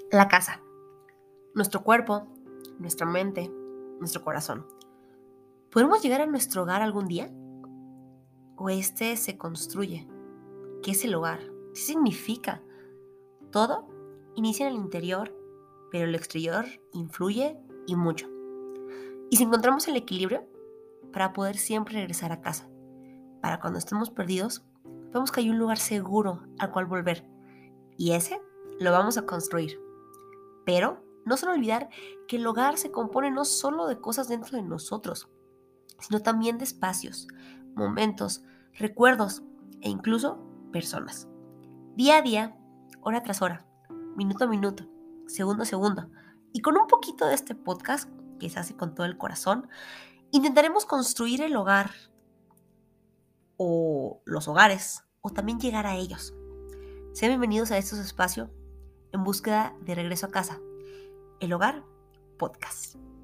La casa, nuestro cuerpo, nuestra mente, nuestro corazón. ¿Podemos llegar a nuestro hogar algún día? ¿O este se construye? ¿Qué es el hogar? ¿Qué significa? Todo inicia en el interior, pero el exterior influye y mucho. Y si encontramos el equilibrio, para poder siempre regresar a casa, para cuando estemos perdidos, vemos que hay un lugar seguro al cual volver. Y ese lo vamos a construir. Pero no solo olvidar que el hogar se compone no solo de cosas dentro de nosotros, sino también de espacios, momentos, recuerdos e incluso personas. Día a día, hora tras hora, minuto a minuto, segundo a segundo, y con un poquito de este podcast, que se hace con todo el corazón, intentaremos construir el hogar o los hogares, o también llegar a ellos. Sean bienvenidos a estos espacios en búsqueda de regreso a casa. El Hogar Podcast.